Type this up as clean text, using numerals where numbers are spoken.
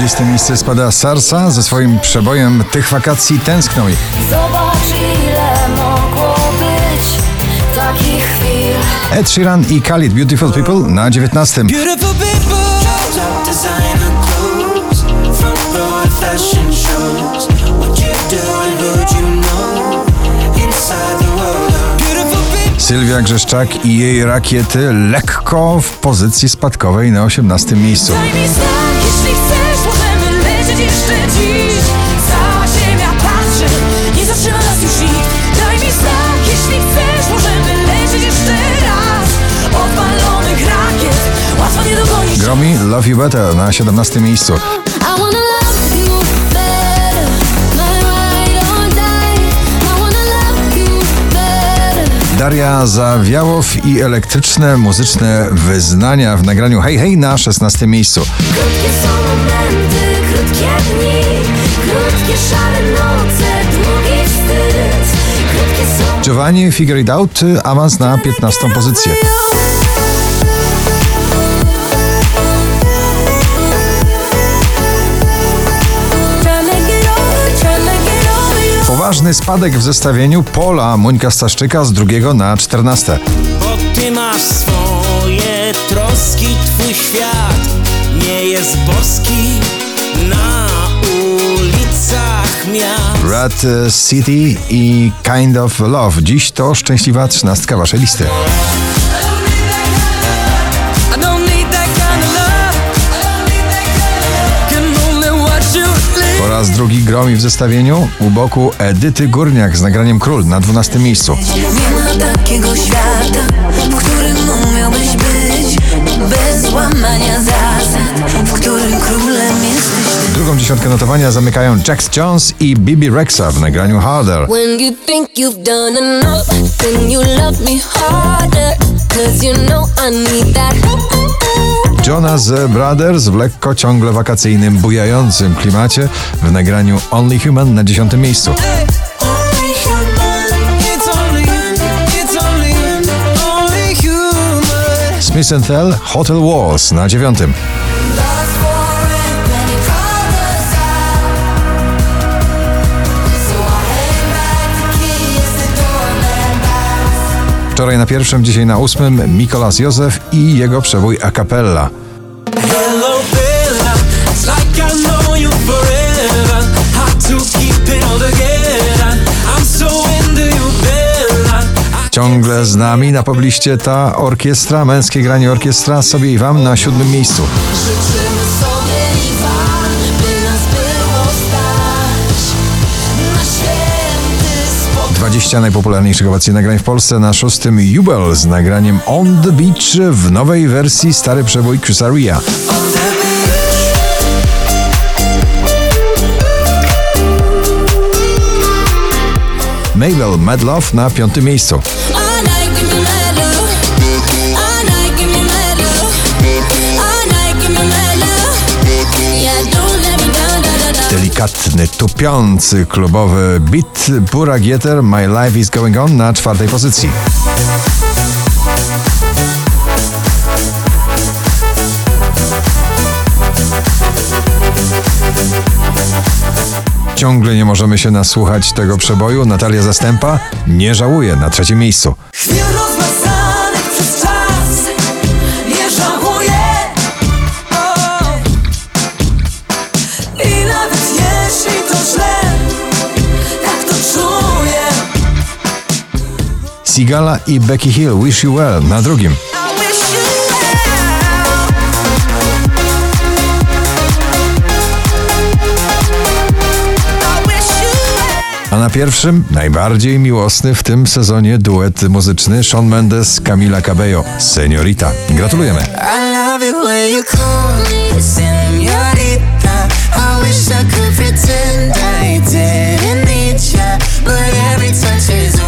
14 miejsce spada Sarsa ze swoim przebojem Tych wakacji tęskną. Zobacz, ile mogło być takich chwil. Ed Sheeran i Khalid Beautiful People na 19. Sylwia Grzeszczak i jej Rakiety lekko w pozycji spadkowej na 18 miejscu. Daj mi znak, jeśli chcesz, możemy lecieć jeszcze dziś. Cała ziemia patrzy, nie zatrzyma nas już nikt. Daj mi znak, jeśli chcesz, możemy lecieć jeszcze raz. Odpalonych rakiet, łatwo nie dogonić. Gromi Love You Better na 17 miejscu. Daria Zawiałow i elektryczne muzyczne wyznania w nagraniu Hej Hej na 16 miejscu. Krótkie są momenty, krótkie dni, krótkie szare noce, długi wstyd. Krótkie są... Giovanni Figure It Out, awans na 15 pozycję. Poważny spadek w zestawieniu Pola Monika Staszczyka z 2 na 14. Bo ty masz swoje troski, twój świat nie jest boski na ulicach miast. Rat City i Kind of Love. Dziś to szczęśliwa 13 waszej listy. Po raz drugi Gromi w zestawieniu, u boku Edyty Górniak z nagraniem Król na 12 miejscu. Nie ma takiego świata, w którym umiałbyś być bez łamania zasad, w którym królem jesteś. Drugą dziesiątkę notowania zamykają Jax Jones i Bibi Rexa w nagraniu Harder. When you think you've done enough, then you love me harder, 'cause you know I need that. Jonas Brothers w lekko ciągle wakacyjnym, bujającym klimacie w nagraniu Only Human na 10 miejscu. Smith & Tell Hotel Walls na 9. Wczoraj na 1, dzisiaj na 8 Mikolas Józef i jego przebój a cappella. Ciągle z nami na pobliście ta orkiestra, męskie granie orkiestra, sobie i wam na 7 miejscu. Życzymy sobie i wam, by nas było stać na święty spokój. 20 najpopularniejszych obecnie nagrań w Polsce. Na 6 Jubel z nagraniem On The Beach w nowej wersji stary przebój Chrisa Ria. Mabel Mad Love na 5 miejscu. Delikatny, tupiący klubowy beat Pura Gieter My Life Is Going On na 4 pozycji. Ciągle nie możemy się nasłuchać tego przeboju. Natalia Zastępa nie żałuje na 3 miejscu. Chwil rozmazanych przez czas nie żałuję. I nawet jeśli to źle, tak to czuję. Sigala i Becky Hill Wish You Well na 2. A na 1 najbardziej miłosny w tym sezonie duet muzyczny Shawn Mendes, Camila Cabello, Señorita. Gratulujemy. I love it when you call me señorita. I wish I could pretend I didn't need ya, but every touch is